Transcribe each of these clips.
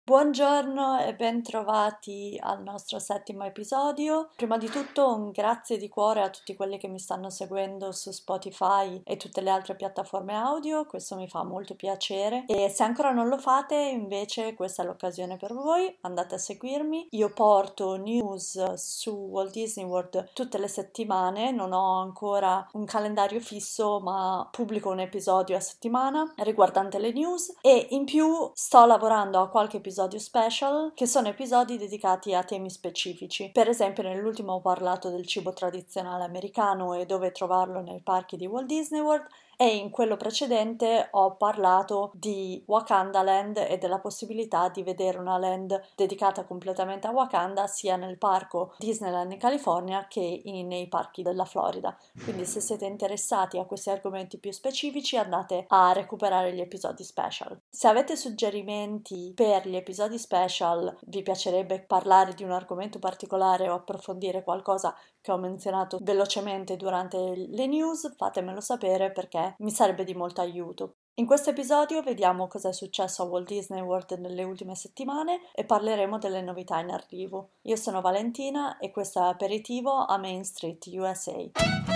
Buongiorno e ben trovati al nostro settimo episodio. Prima di tutto un grazie di cuore a tutti quelli che mi stanno seguendo su Spotify e tutte le altre piattaforme audio, questo mi fa molto piacere e se ancora non lo fate invece questa è l'occasione per voi, andate a seguirmi. Io porto news su Walt Disney World tutte le settimane, non ho ancora un calendario fisso ma pubblico un episodio a settimana riguardante le news e in più sto lavorando a qualche episodio special che sono episodi dedicati a temi specifici. Per esempio nell'ultimo ho parlato del cibo tradizionale americano e dove trovarlo nei parchi di Walt Disney World e in quello precedente ho parlato di Wakanda Land e della possibilità di vedere una land dedicata completamente a Wakanda sia nel parco Disneyland in California che nei parchi della Florida. Quindi se siete interessati a questi argomenti più specifici andate a recuperare gli episodi special. Se avete suggerimenti per gli episodi special, vi piacerebbe parlare di un argomento particolare o approfondire qualcosa che ho menzionato velocemente durante le news, fatemelo sapere perché mi sarebbe di molto aiuto. In questo episodio vediamo cosa è successo a Walt Disney World nelle ultime settimane e parleremo delle novità in arrivo. Io sono Valentina e questo è Aperitivo a Main Street, USA.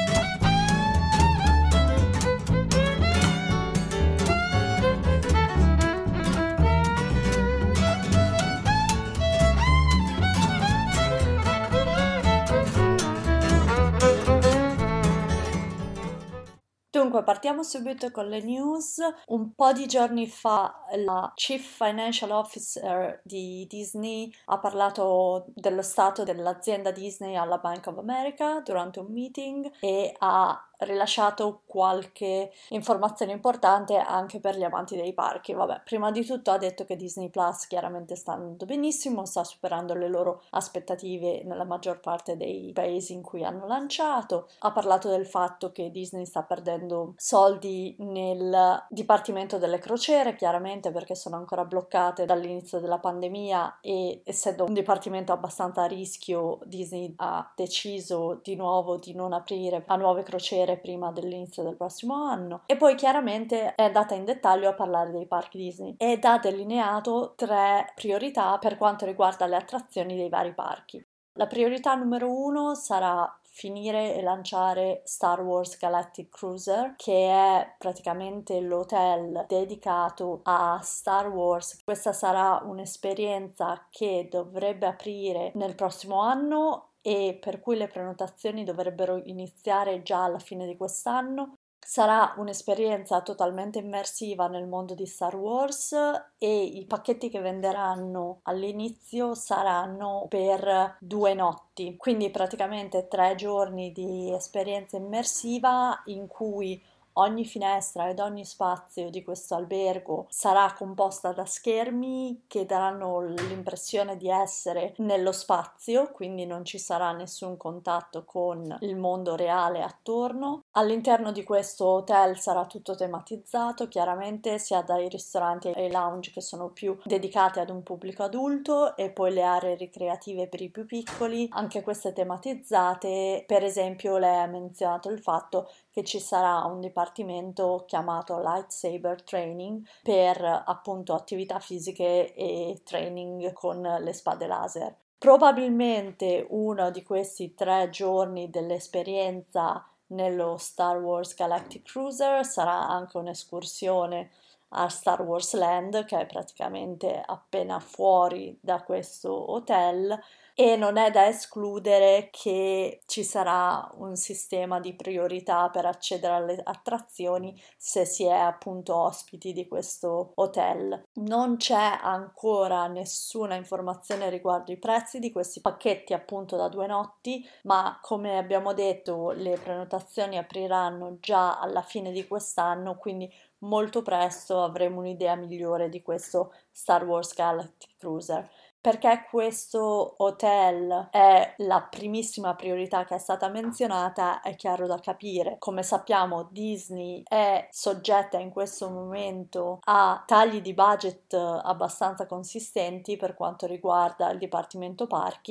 Dunque, partiamo subito con le news. Un po' di giorni fa la Chief Financial Officer di Disney ha parlato dello stato dell'azienda Disney alla Bank of America durante un meeting e ha rilasciato qualche informazione importante anche per gli amanti dei parchi. Vabbè, prima di tutto ha detto che Disney Plus chiaramente sta andando benissimo, sta superando le loro aspettative nella maggior parte dei paesi in cui hanno lanciato. Ha parlato del fatto che Disney sta perdendo soldi nel dipartimento delle crociere, chiaramente perché sono ancora bloccate dall'inizio della pandemia e essendo un dipartimento abbastanza a rischio, Disney ha deciso di nuovo di non aprire a nuove crociere prima dell'inizio del prossimo anno e poi chiaramente è andata in dettaglio a parlare dei parchi Disney ed ha delineato 3 priorità per quanto riguarda le attrazioni dei vari parchi. La priorità numero 1 sarà finire e lanciare Star Wars Galactic Cruiser, che è praticamente l'hotel dedicato a Star Wars. Questa sarà un'esperienza che dovrebbe aprire nel prossimo anno e per cui le prenotazioni dovrebbero iniziare già alla fine di quest'anno. Sarà un'esperienza totalmente immersiva nel mondo di Star Wars e i pacchetti che venderanno all'inizio saranno per 2 notti, quindi praticamente 3 giorni di esperienza immersiva in cui ogni finestra ed ogni spazio di questo albergo sarà composta da schermi che daranno l'impressione di essere nello spazio, quindi non ci sarà nessun contatto con il mondo reale attorno. All'interno di questo hotel sarà tutto tematizzato, chiaramente sia dai ristoranti ai lounge che sono più dedicati ad un pubblico adulto e poi le aree ricreative per i più piccoli, anche queste tematizzate. Per esempio lei ha menzionato il fatto che ci sarà un dipartimento chiamato Lightsaber Training per appunto attività fisiche e training con le spade laser. Probabilmente uno di questi 3 giorni dell'esperienza nello Star Wars Galactic Cruiser sarà anche un'escursione a Star Wars Land, che è praticamente appena fuori da questo hotel, e non è da escludere che ci sarà un sistema di priorità per accedere alle attrazioni se si è appunto ospiti di questo hotel. Non c'è ancora nessuna informazione riguardo i prezzi di questi pacchetti appunto da 2 notti, ma come abbiamo detto le prenotazioni apriranno già alla fine di quest'anno, quindi molto presto avremo un'idea migliore di questo Star Wars Galactic Cruiser. Perché questo hotel è la primissima priorità che è stata menzionata, è chiaro da capire. Come sappiamo, Disney è soggetta in questo momento a tagli di budget abbastanza consistenti per quanto riguarda il Dipartimento Parchi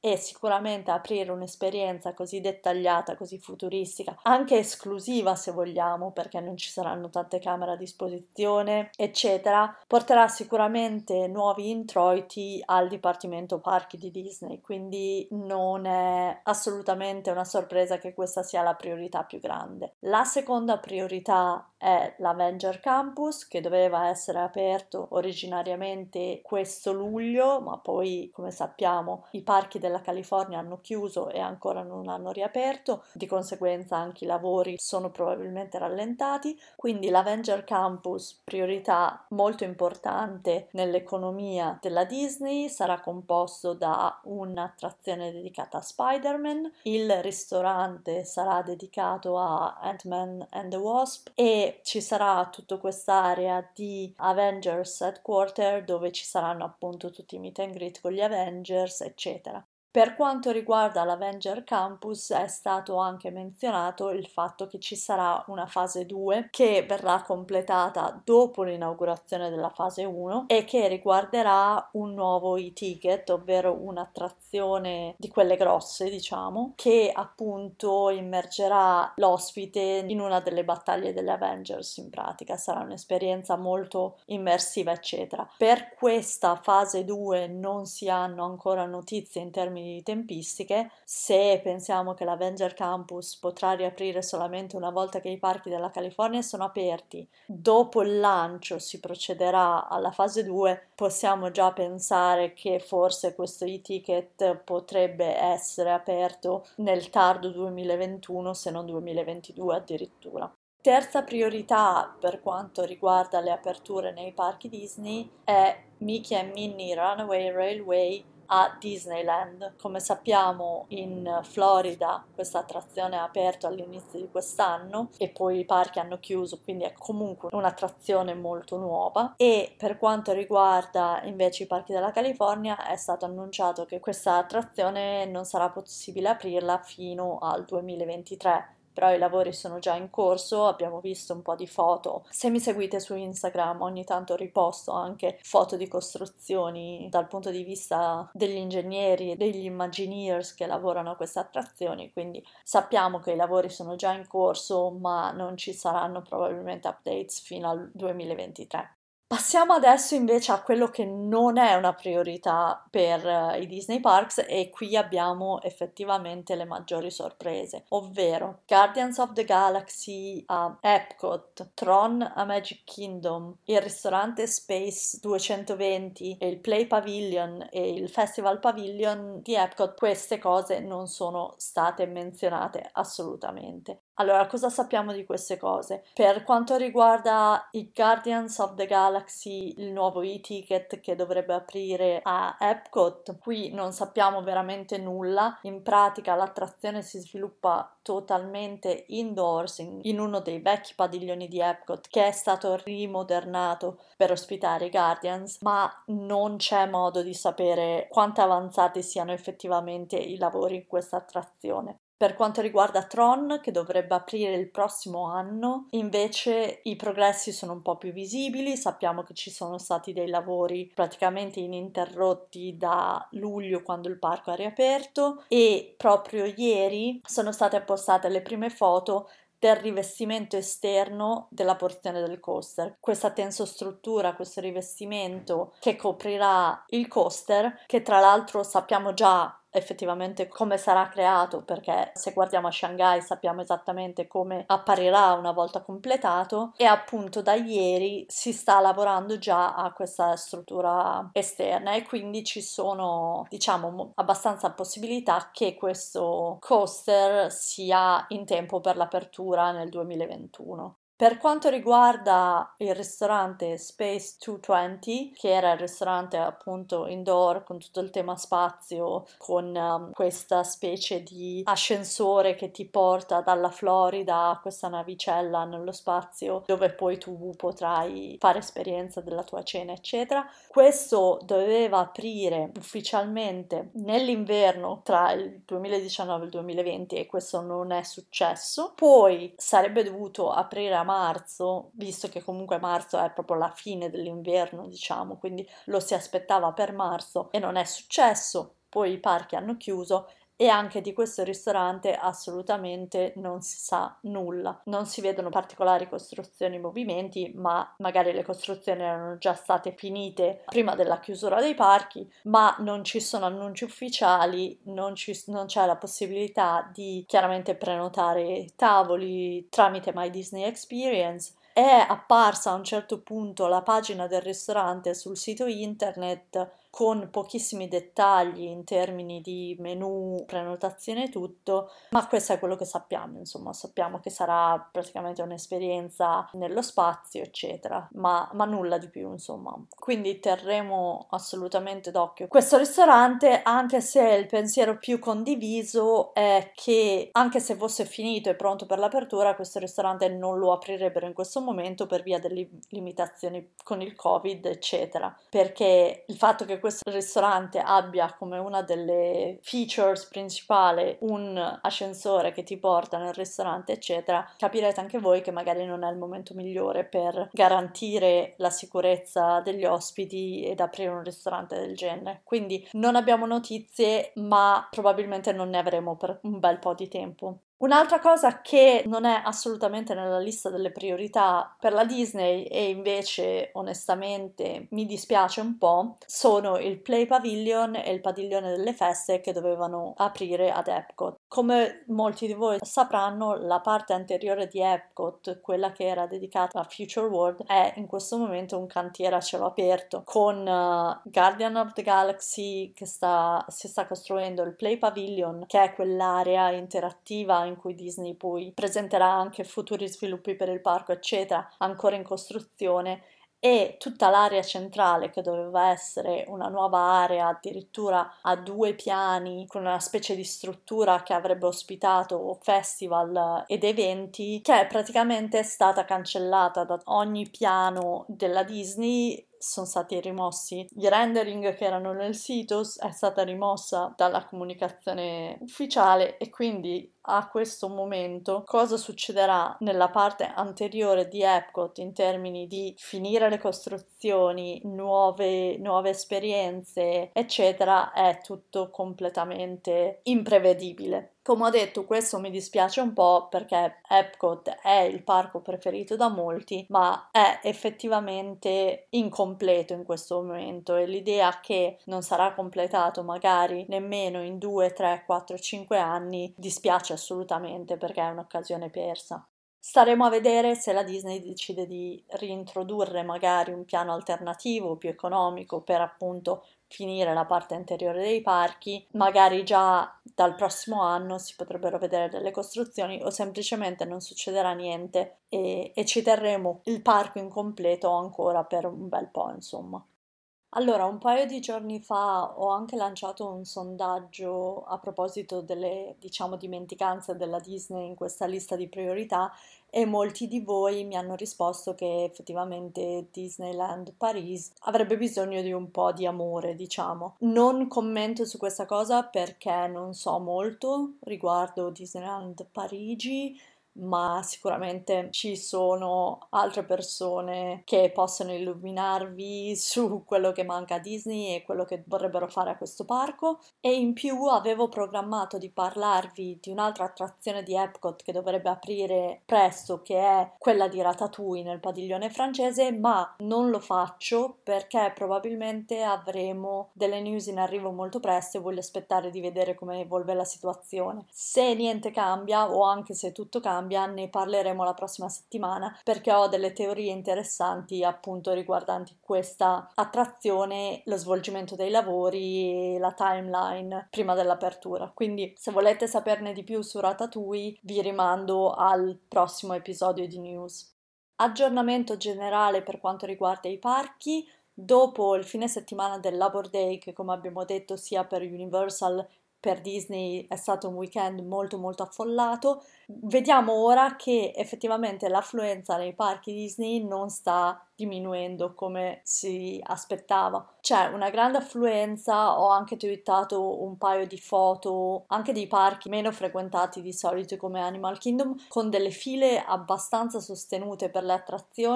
e sicuramente aprire un'esperienza così dettagliata, così futuristica, anche esclusiva se vogliamo, perché non ci saranno tante camere a disposizione, eccetera, porterà sicuramente nuovi introiti al Dipartimento Parchi di Disney, quindi non è assolutamente una sorpresa che questa sia la priorità più grande. La seconda priorità è l'Avenger Campus, che doveva essere aperto originariamente questo luglio, ma poi, come sappiamo, i parchi della California hanno chiuso e ancora non hanno riaperto, di conseguenza anche i lavori sono probabilmente rallentati, quindi l'Avenger Campus, priorità molto importante nell'economia della Disney, sarà composto da un'attrazione dedicata a Spider-Man, il ristorante sarà dedicato a Ant-Man and the Wasp e ci sarà tutta quest'area di Avengers Headquarter dove ci saranno appunto tutti i meet and greet con gli Avengers, eccetera. Per quanto riguarda l'Avenger Campus è stato anche menzionato il fatto che ci sarà una fase 2 che verrà completata dopo l'inaugurazione della fase 1 e che riguarderà un nuovo e-ticket, ovvero un'attrazione di quelle grosse, diciamo, che appunto immergerà l'ospite in una delle battaglie delle Avengers. In pratica sarà un'esperienza molto immersiva, eccetera. Per questa fase 2 non si hanno ancora notizie in termini di tempistiche. Se pensiamo che l'Avenger Campus potrà riaprire solamente una volta che i parchi della California sono aperti, dopo il lancio si procederà alla fase 2, possiamo già pensare che forse questo e-ticket potrebbe essere aperto nel tardo 2021, se non 2022 addirittura. Terza priorità per quanto riguarda le aperture nei parchi Disney è Mickey and Minnie Runaway Railway a Disneyland. Come sappiamo in Florida questa attrazione è aperta all'inizio di quest'anno e poi i parchi hanno chiuso, quindi è comunque un'attrazione molto nuova. E per quanto riguarda invece i parchi della California è stato annunciato che questa attrazione non sarà possibile aprirla fino al 2023. Però i lavori sono già in corso, abbiamo visto un po' di foto. Se mi seguite su Instagram ogni tanto riposto anche foto di costruzioni dal punto di vista degli ingegneri e degli Imagineers che lavorano a queste attrazioni, quindi sappiamo che i lavori sono già in corso, ma non ci saranno probabilmente updates fino al 2023. Passiamo adesso invece a quello che non è una priorità per i Disney Parks e qui abbiamo effettivamente le maggiori sorprese, ovvero Guardians of the Galaxy a Epcot, Tron a Magic Kingdom, il ristorante Space 220 e il Play Pavilion e il Festival Pavilion di Epcot. Queste cose non sono state menzionate assolutamente. Allora, cosa sappiamo di queste cose? Per quanto riguarda i Guardians of the Galaxy, il nuovo e-ticket che dovrebbe aprire a Epcot, qui non sappiamo veramente nulla. In pratica l'attrazione si sviluppa totalmente indoors in uno dei vecchi padiglioni di Epcot che è stato rimodernato per ospitare i Guardians, ma non c'è modo di sapere quanto avanzati siano effettivamente i lavori in questa attrazione. Per quanto riguarda Tron, che dovrebbe aprire il prossimo anno, invece i progressi sono un po' più visibili, sappiamo che ci sono stati dei lavori praticamente ininterrotti da luglio quando il parco è riaperto e proprio ieri sono state postate le prime foto del rivestimento esterno della porzione del coaster. Questa tensostruttura, questo rivestimento che coprirà il coaster, che tra l'altro sappiamo già effettivamente come sarà creato, perché se guardiamo a Shanghai sappiamo esattamente come apparirà una volta completato, e appunto da ieri si sta lavorando già a questa struttura esterna e quindi ci sono, diciamo, abbastanza possibilità che questo coaster sia in tempo per l'apertura nel 2021. Per quanto riguarda il ristorante Space 220, che era il ristorante appunto indoor con tutto il tema spazio, con questa specie di ascensore che ti porta dalla Florida a questa navicella nello spazio dove poi tu potrai fare esperienza della tua cena, eccetera. Questo doveva aprire ufficialmente nell'inverno tra il 2019 e il 2020 e questo non è successo. Poi sarebbe dovuto aprire a marzo, visto che comunque marzo è proprio la fine dell'inverno, diciamo, quindi lo si aspettava per marzo e non è successo. poi i parchi hanno chiuso e anche di questo ristorante assolutamente non si sa nulla. Non si vedono particolari costruzioni in movimenti, ma magari le costruzioni erano già state finite prima della chiusura dei parchi, ma non ci sono annunci ufficiali, non c'è la possibilità di chiaramente prenotare tavoli tramite My Disney Experience. È apparsa a un certo punto la pagina del ristorante sul sito internet con pochissimi dettagli in termini di menu, prenotazione e tutto, ma questo è quello che sappiamo, insomma, sappiamo che sarà praticamente un'esperienza nello spazio, eccetera, ma nulla di più, insomma. Quindi terremo assolutamente d'occhio questo ristorante, anche se il pensiero più condiviso è che anche se fosse finito e pronto per l'apertura, questo ristorante non lo aprirebbero in questo momento per via delle limitazioni con il Covid, eccetera, perché il fatto che questo ristorante abbia come una delle features principali un ascensore che ti porta nel ristorante, eccetera, capirete anche voi che magari non è il momento migliore per garantire la sicurezza degli ospiti ed aprire un ristorante del genere. Quindi non abbiamo notizie, ma probabilmente non ne avremo per un bel po' di tempo. Un'altra cosa che non è assolutamente nella lista delle priorità per la Disney e invece onestamente mi dispiace un po' sono il Play Pavilion e il padiglione delle feste che dovevano aprire ad Epcot. Come molti di voi sapranno, la parte anteriore di Epcot, quella che era dedicata a Future World, è in questo momento un cantiere a cielo aperto con Guardian of the Galaxy che si sta costruendo, il Play Pavilion che è quell'area interattiva in cui Disney poi presenterà anche futuri sviluppi per il parco, eccetera, ancora in costruzione, e tutta l'area centrale che doveva essere una nuova area addirittura a 2 piani con una specie di struttura che avrebbe ospitato festival ed eventi, che è praticamente stata cancellata da ogni piano della Disney. Sono stati rimossi i rendering che erano nel sito, è stata rimossa dalla comunicazione ufficiale e quindi a questo momento cosa succederà nella parte anteriore di Epcot in termini di finire le costruzioni, nuove esperienze, eccetera, è tutto completamente imprevedibile. Come ho detto, questo mi dispiace un po' perché Epcot è il parco preferito da molti, ma è effettivamente incompleto in questo momento e l'idea che non sarà completato magari nemmeno in 2, 3, 4, 5 anni dispiace assolutamente perché è un'occasione persa. Staremo a vedere se la Disney decide di reintrodurre magari un piano alternativo più economico per appunto finire la parte anteriore dei parchi, magari già dal prossimo anno si potrebbero vedere delle costruzioni o semplicemente non succederà niente e ci terremo il parco incompleto ancora per un bel po', insomma. Allora, un paio di giorni fa ho anche lanciato un sondaggio a proposito delle, diciamo, dimenticanze della Disney in questa lista di priorità e molti di voi mi hanno risposto che effettivamente Disneyland Paris avrebbe bisogno di un po' di amore, diciamo. Non commento su questa cosa perché non so molto riguardo Disneyland Parigi, ma sicuramente ci sono altre persone che possono illuminarvi su quello che manca a Disney e quello che vorrebbero fare a questo parco. E in più avevo programmato di parlarvi di un'altra attrazione di Epcot che dovrebbe aprire presto, che è quella di Ratatouille nel padiglione francese, ma non lo faccio perché probabilmente avremo delle news in arrivo molto presto e voglio aspettare di vedere come evolve la situazione. Se niente cambia o anche se tutto cambia, ne parleremo la prossima settimana perché ho delle teorie interessanti appunto riguardanti questa attrazione, lo svolgimento dei lavori e la timeline prima dell'apertura. Quindi se volete saperne di più su Ratatouille vi rimando al prossimo episodio di news. Aggiornamento generale per quanto riguarda i parchi. Dopo il fine settimana del Labor Day, che come abbiamo detto sia per Universal per Disney è stato un weekend molto molto affollato, vediamo ora che effettivamente l'affluenza nei parchi Disney non sta diminuendo come si aspettava. C'è una grande affluenza, ho anche twittato un paio di foto anche dei parchi meno frequentati di solito come Animal Kingdom con delle file abbastanza sostenute per le attrazioni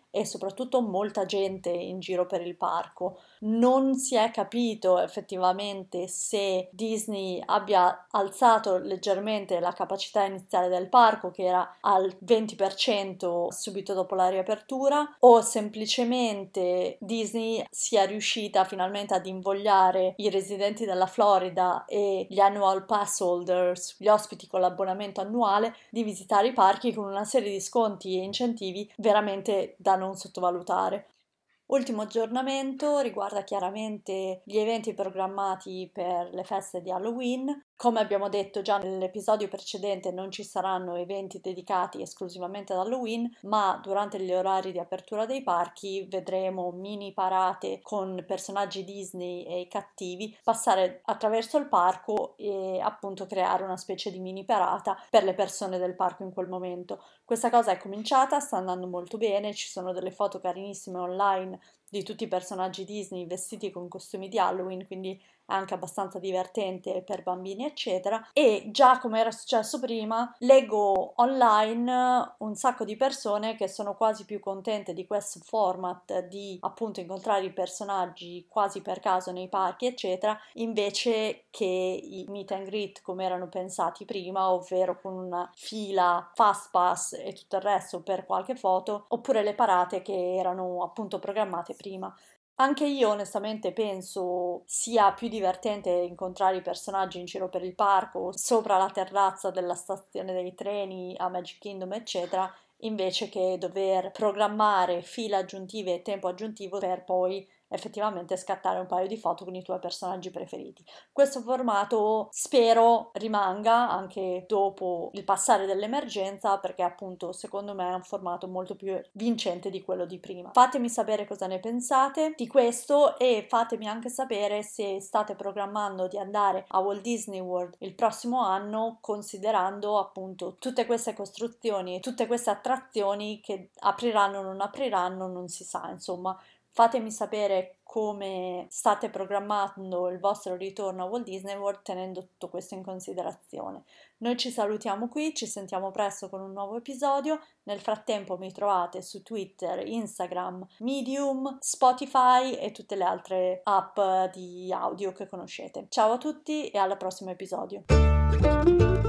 e soprattutto molta gente in giro per il parco. Non si è capito effettivamente se Disney abbia alzato leggermente la capacità iniziale del parco, che era al 20% subito dopo la riapertura, o semplicemente Disney sia riuscita finalmente ad invogliare i residenti della Florida e gli annual pass holders, gli ospiti con l'abbonamento annuale, di visitare i parchi con una serie di sconti e incentivi veramente da non sottovalutare. Ultimo aggiornamento riguarda chiaramente gli eventi programmati per le feste di Halloween. Come abbiamo detto già nell'episodio precedente, non ci saranno eventi dedicati esclusivamente ad Halloween, ma durante gli orari di apertura dei parchi vedremo mini parate con personaggi Disney e i cattivi passare attraverso il parco e appunto creare una specie di mini parata per le persone del parco in quel momento. Questa cosa è cominciata, sta andando molto bene, ci sono delle foto carinissime online di tutti i personaggi Disney vestiti con costumi di Halloween, quindi è anche abbastanza divertente per bambini, eccetera. E già come era successo prima, leggo online un sacco di persone che sono quasi più contente di questo format di appunto incontrare i personaggi quasi per caso nei parchi, eccetera, invece che i meet and greet come erano pensati prima, ovvero con una fila fast pass e tutto il resto per qualche foto, oppure le parate che erano appunto programmate prima. Anche io onestamente penso sia più divertente incontrare i personaggi in giro per il parco, sopra la terrazza della stazione dei treni a Magic Kingdom, eccetera, invece che dover programmare file aggiuntive e tempo aggiuntivo per poi effettivamente scattare un paio di foto con i tuoi personaggi preferiti. Questo formato spero rimanga anche dopo il passare dell'emergenza, perché appunto secondo me è un formato molto più vincente di quello di prima. Fatemi sapere cosa ne pensate di questo e fatemi anche sapere se state programmando di andare a Walt Disney World il prossimo anno, considerando appunto tutte queste costruzioni e tutte queste attrazioni che apriranno o non apriranno, non si sa, insomma. Fatemi sapere come state programmando il vostro ritorno a Walt Disney World tenendo tutto questo in considerazione. Noi ci salutiamo qui, ci sentiamo presto con un nuovo episodio. Nel frattempo mi trovate su Twitter, Instagram, Medium, Spotify e tutte le altre app di audio che conoscete. Ciao a tutti e al prossimo episodio.